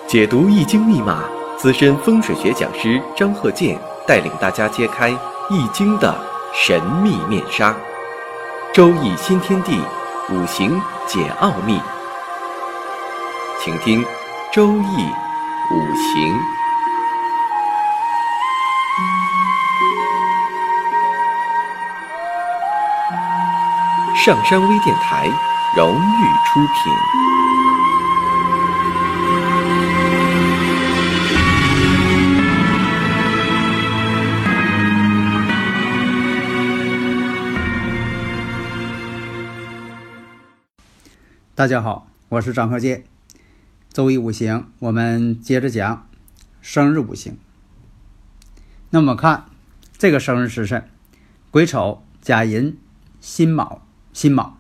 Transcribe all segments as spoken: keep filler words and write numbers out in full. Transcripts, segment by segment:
解读易经密码，资深风水学讲师张鹤剑带领大家揭开易经的神秘面纱。周易新天地，五行解奥秘。请听周易五行。上山微电台荣誉出品。 大家好，我是张鹤剑。周易五行，我们接着讲生日五行。那么看这个生日时辰：癸丑、甲寅、辛卯、辛卯。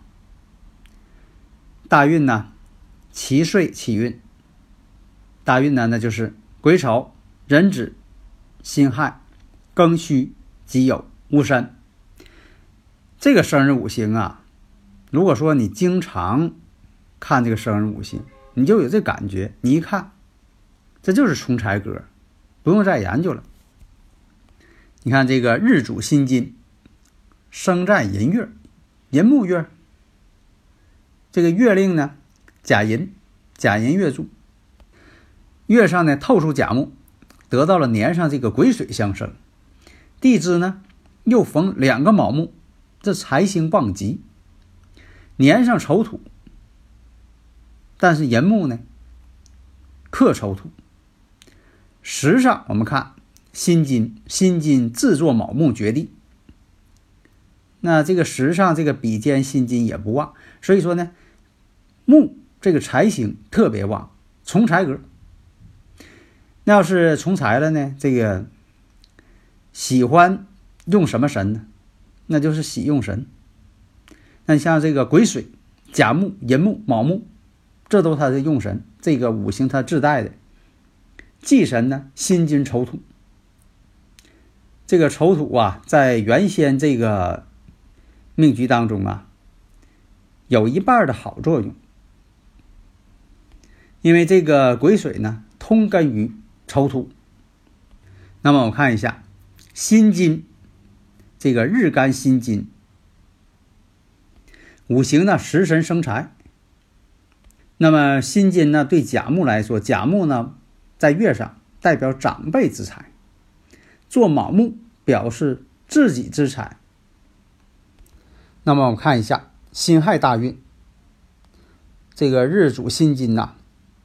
大运呢，七岁起运。大运呢，那就是癸丑、壬子、辛亥、庚戌、己酉、戊申。这个生日五行啊，如果说你经常看这个生日五行，你就有这感觉，你一看这就是冲财格，不用再研究了。你看这个日主辛金，生在寅月，寅木月，这个月令呢甲寅，甲寅月柱，月上呢透出甲木，得到了年上这个癸水相生，地支呢又逢两个卯木，这财星旺极，年上丑土，但是寅木呢克丑土。时上我们看辛金，辛金制作卯木绝地，那这个时上这个比肩辛金也不旺，所以说呢木这个财星特别旺，冲财格。那要是冲财了呢，这个喜欢用什么神呢？那就是喜用神。那像这个癸水、甲木、寅木、卯木，这都是它的用神，这个五行它自带的。忌神呢，辛金丑土。这个丑土啊，在原先这个命局当中啊，有一半的好作用。因为这个癸水呢，通根于丑土。那么我看一下辛金，这个日干辛金，五行呢食神生财。那么辛金呢，对甲木来说，甲木呢在月上代表长辈之财，做卯木表示自己之财。那么我们看一下辛亥大运，这个日主辛金呐，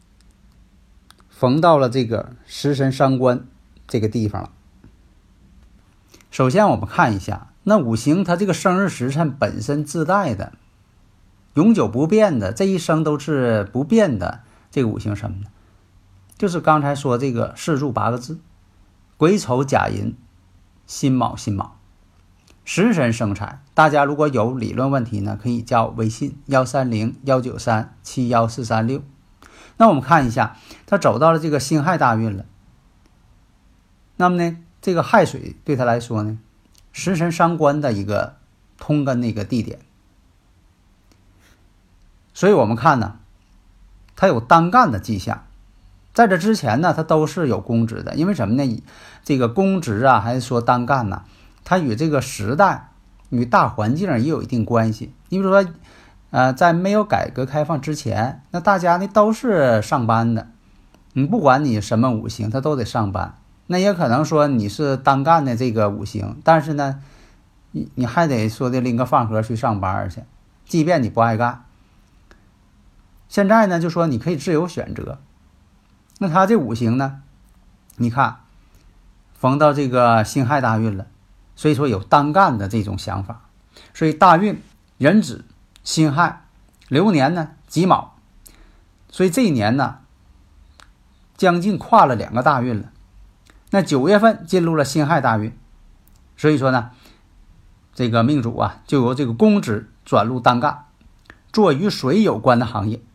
逢到了这个食神伤官这个地方了。首先我们看一下，那五行它这个生日时辰本身自带的永久不变的，这一生都是不变的，这个五行什么呢？就是刚才说这个四柱八个字：癸丑、甲寅、辛卯、辛卯，食神生财。大家如果有理论问题呢，可以叫微信幺三零幺九三七幺四三六。那我们看一下，他走到了这个辛亥大运了。那么呢，这个亥水对他来说呢，食神伤官的一个通根的一个地点。所以我们看呢，他有单干的迹象。在这之前呢，他都是有公职的。因为什么呢？这个公职啊，还是说单干呢，它与这个时代、与大环境也有一定关系。你比如说，呃，在没有改革开放之前，那大家呢都是上班的，你不管你什么五行，他都得上班。那也可能说你是单干的这个五行，但是呢，你你还得说的拎个饭盒去上班去，即便你不爱干。现在呢，就说你可以自由选择。那他这五行呢，你看逢到这个辛亥大运了，所以说有单干的这种想法。所以大运壬子、辛亥，流年呢己卯，所以这一年呢将近跨了两个大运了。那九月份进入了辛亥大运，所以说呢，这个命主啊就由这个公职转入单干，做与水有关的行业。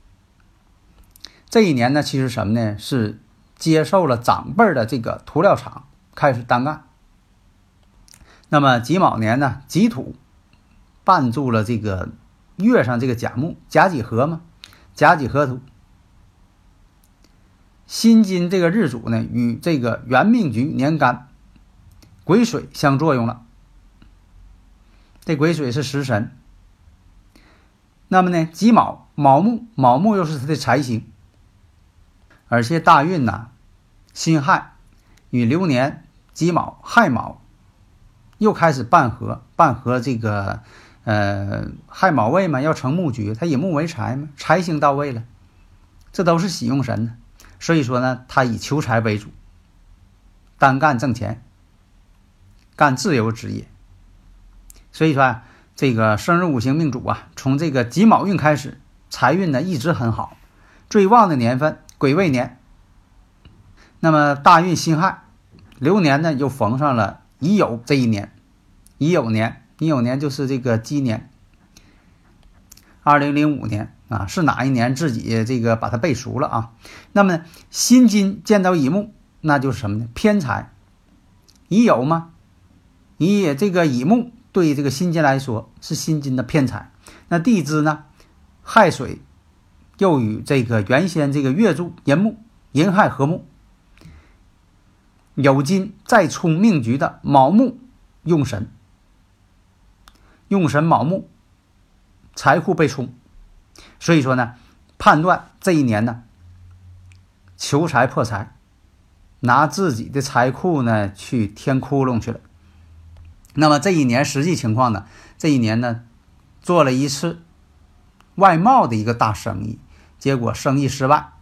这一年呢，其实什么呢？是接受了长辈的这个涂料厂，开始单干。那么己卯年呢，己土绊住了这个月上这个甲木，甲己合嘛，甲己合土。 辛金这个日主呢与这个元命局年干癸水相作用了，这癸水是食神。那么呢己卯卯木，卯木又是他的财星，而且大运呢辛亥与流年己卯亥卯又开始半合，半合这个呃亥卯未嘛，要成木局，他以木为财嘛，财星到位了，这都是喜用神呢。所以说呢，他以求财为主，单干挣钱，干自由职业。所以说啊，这个生日五行命主啊，从这个己卯运开始，财运呢一直很好，最旺的年份癸未年。那么大运辛亥，流年呢又逢上了乙酉这一年，乙酉年，乙酉年就是这个鸡年。二零零五年啊，是哪一年自己这个把它背熟了啊。那么辛金见到乙木，那就是什么呢？偏财。乙酉嘛，乙这个乙木对这个辛金来说是辛金的偏财。那地支呢，亥水又与这个原先这个月柱寅木寅亥合木，酉金再冲命局的卯木用神，用神卯木，财库被冲。所以说呢，判断这一年呢求财破财，拿自己的财库呢去填窟窿去了。那么这一年实际情况呢，这一年呢做了一次外贸的一个大生意，结果生意失败，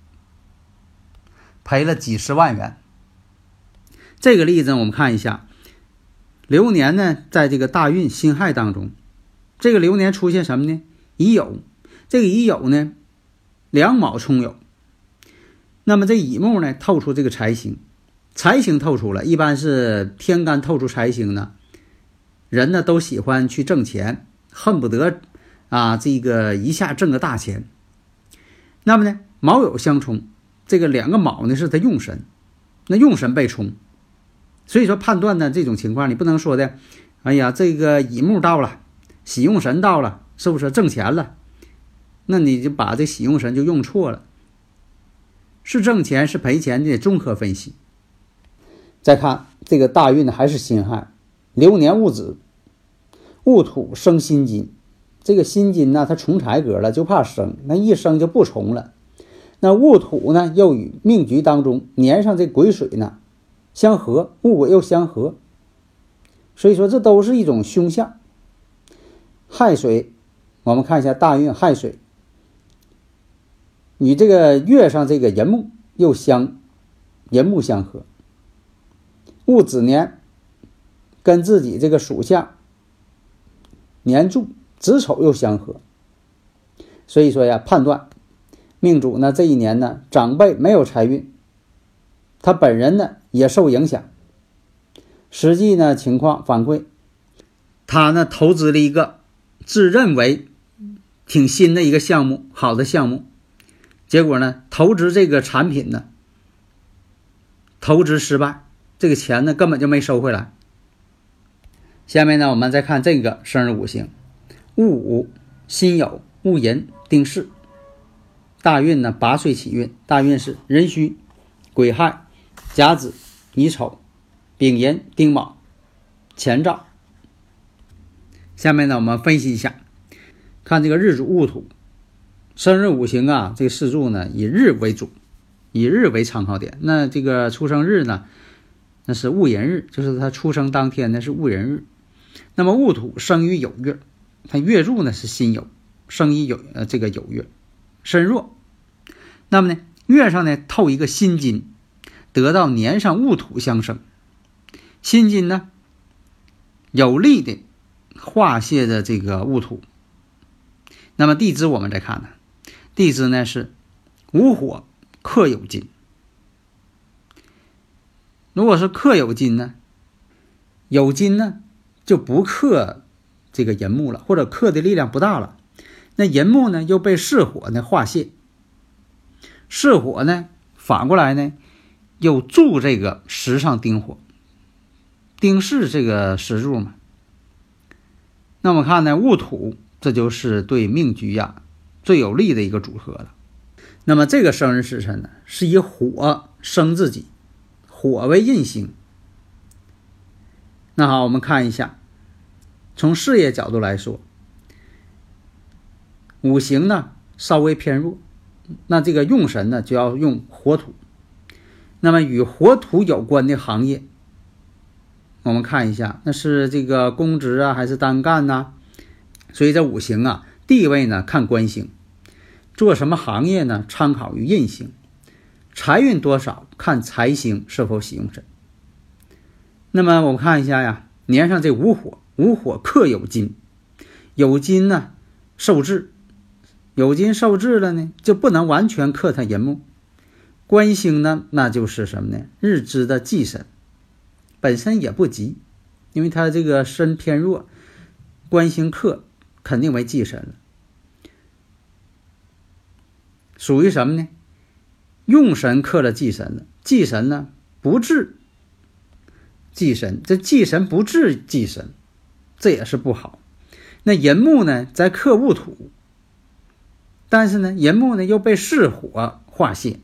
赔了几十万元。这个例子我们看一下，流年呢在这个大运辛亥当中，这个流年出现什么呢？乙酉，这个乙酉呢两卯冲酉，那么这乙木呢透出这个财星，财星透出了，一般是天干透出财星呢，人呢都喜欢去挣钱，恨不得啊这个一下挣个大钱。那么呢卯酉相冲，这个两个卯呢是他用神，那用神被冲。所以说判断呢这种情况，你不能说的哎呀这个乙木到了，喜用神到了，是不是挣钱了，那你就把这喜用神就用错了，是挣钱是赔钱的综合分析。再看这个大运呢还是辛亥，流年戊子，戊土生辛金，这个辛金呢它冲财格了，就怕生，那一生就不冲了。那戊土呢又与命局当中年上这癸水呢相合，戊癸又相合，所以说这都是一种凶相。亥水我们看一下大运亥水与这个月上这个寅木又相寅木相合，戊子年跟自己这个属相年柱子丑又相合。所以说呀，判断命主呢这一年呢长辈没有财运，他本人呢也受影响。实际呢情况反馈，他呢投资了一个自认为挺新的一个项目，好的项目，结果呢投资这个产品呢投资失败，这个钱呢根本就没收回来。下面呢我们再看这个生日五行，戊午辛酉戊寅丁巳，大运呢八岁起运，大运是壬戌癸亥甲子乙丑丙寅丁卯乾兆。下面呢我们分析一下，看这个日主戊土，生日五行啊，这个四柱呢以日为主，以日为参考点。那这个出生日呢那是戊寅日，就是他出生当天呢是戊寅日。那么戊土生于酉月，他月柱呢是辛酉，生于酉呃这个酉月，身弱。那么呢月上呢透一个辛金，得到年上戊土相生，辛金呢有力的化泄的这个戊土。那么地支我们再看呢，地支呢是午火克酉金。如果是克酉金呢，酉金呢就不克这个寅木了，或者克的力量不大了。那寅木呢又被巳火呢化泄，巳火呢反过来呢又助这个时上丁火，丁巳这个时柱嘛。那么看呢戊土，这就是对命局呀最有利的一个组合了。 那么这个生日时辰呢，是以火生自己，火为印星。那好，我们看一下，从事业角度来说，五行呢稍微偏弱，那这个用神呢就要用火土。那么与火土有关的行业，我们看一下，那是这个公职啊还是单干呐、啊？所以这五行啊，地位呢看官星，做什么行业呢参考于印星，财运多少看财星是否喜用神。那么我们看一下呀，年上这午火，午火克酉金，酉金呢受制，酉金受制了呢，就不能完全克它寅木。官星呢，那就是什么呢？日支的忌神，本身也不吉，因为它这个身偏弱，官星克肯定为忌神了。属于什么呢？用神克了忌神了，忌神呢不治忌神，这忌神不治忌神，这也是不好。那寅木呢在克戊土，但是呢寅木呢又被巳火化泄。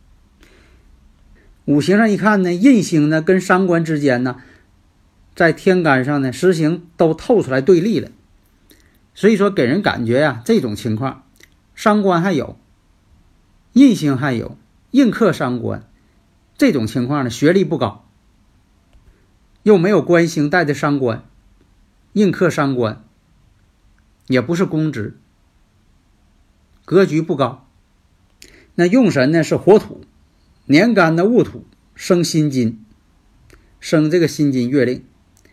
五行上一看呢，印星呢跟伤官之间呢，在天干上呢实行都透出来对立了，所以说给人感觉呀、啊，这种情况，伤官还有，印星还有，印克伤官，这种情况呢学历不高，又没有官星带的伤官，印克伤官，也不是公职，格局不高。那用神呢是火土，年干的戊土生辛金，生这个辛金月令，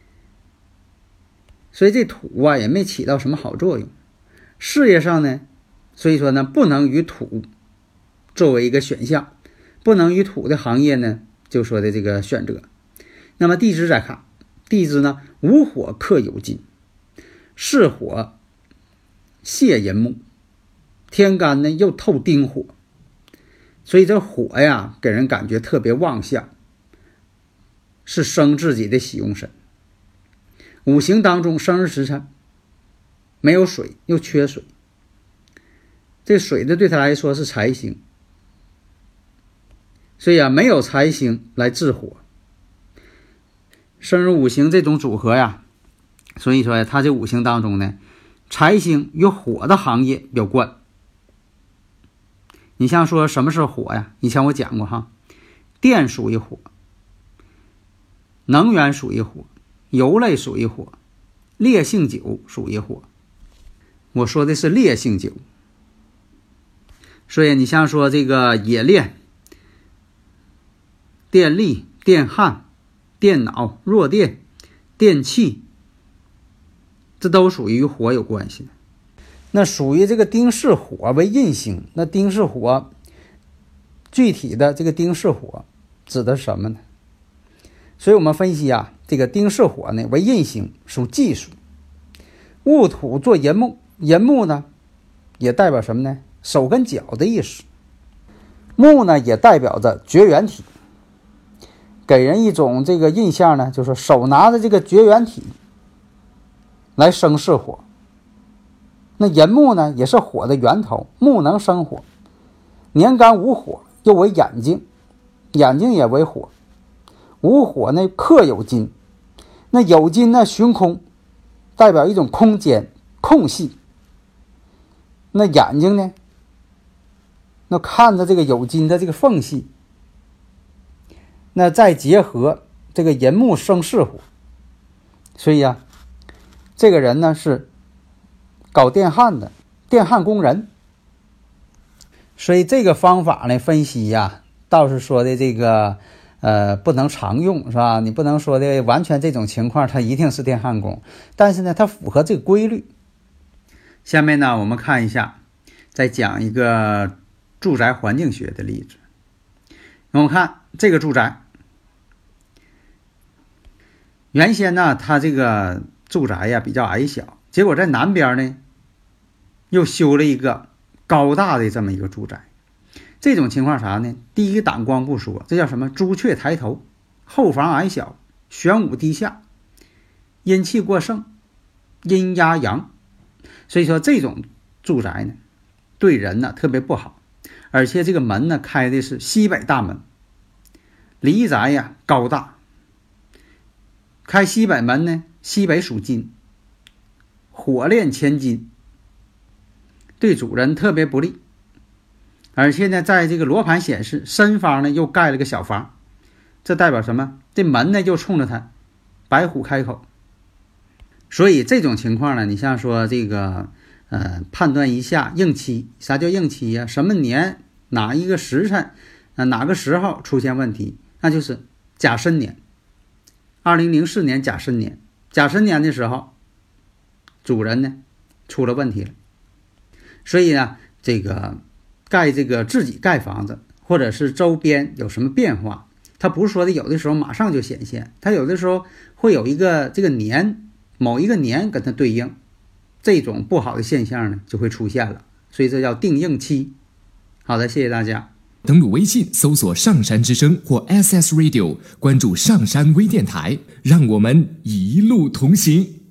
所以这土啊也没起到什么好作用。事业上呢，所以说呢不能与土作为一个选项，不能与土的行业呢就说的这个选择。那么地支再看，地支呢午火克酉金，巳火泄寅木，天干呢又透丁火，所以这火呀给人感觉特别旺相，是生自己的喜用神。五行当中生日时辰没有水，又缺水，这水的对他来说是财星，所以啊没有财星来制火。生日五行这种组合呀，所以说他这五行当中呢，财星与火的行业有关。你像说什么是火呀？以前我讲过哈，电属于火，能源属于火，油类属于火，烈性酒属于火。我说的是烈性酒。所以你像说这个冶炼、电力、电焊、电脑、弱电、电器，这都属于火有关系的。那属于这个丁巳火为印星，那丁巳火具体的这个丁巳火指的是什么呢？所以我们分析啊，这个丁巳火呢为印星，属技术，戊土做寅木，寅木呢也代表什么呢？手跟脚的意思。木呢也代表着绝缘体，给人一种这个印象呢，就是手拿着这个绝缘体来生巳火。那寅木呢也是火的源头，木能生火，年干午火又为眼睛，眼睛也为火，午火呢克酉金，那酉金呢寻空，代表一种空间空隙。那眼睛呢，那看着这个酉金的这个缝隙，那再结合这个寅木生巳火，所以啊这个人呢是搞电焊的，电焊工人。所以这个方法呢分析呀、啊，倒是说的这个呃不能常用，是吧？你不能说的完全这种情况他一定是电焊工，但是呢它符合这个规律。下面呢我们看一下，再讲一个住宅环境学的例子。我们看这个住宅，原先呢它这个住宅呀比较矮小，结果在南边呢又修了一个高大的这么一个住宅。这种情况啥呢？第一挡光不说，这叫什么？朱雀抬头，后房矮小，玄武低下，阴气过盛，阴压阳。所以说这种住宅呢对人呢特别不好， 而且这个门呢开的是西北大门，离宅呀高大，开西北门呢，西北属金，火炼千金，对主人特别不利。而且呢，在这个罗盘显示深方呢又盖了个小房，这代表什么？这门呢又冲着它，白虎开口。所以这种情况呢，你像说这个呃判断一下应期，啥叫应期呀？什么年哪一个时辰呃哪个时候出现问题？那就是甲申年，二零零四年甲申年，甲申年的时候，主人呢出了问题了。所以呢，这个盖这个自己盖房子，或者是周边有什么变化，它不是说的有的时候马上就显现，它有的时候会有一个这个年，某一个年跟它对应，这种不好的现象呢就会出现了，所以这叫定应期。好的，谢谢大家。 登录微信搜索上山之声或 S S Radio， 关注上山微电台，让我们一路同行。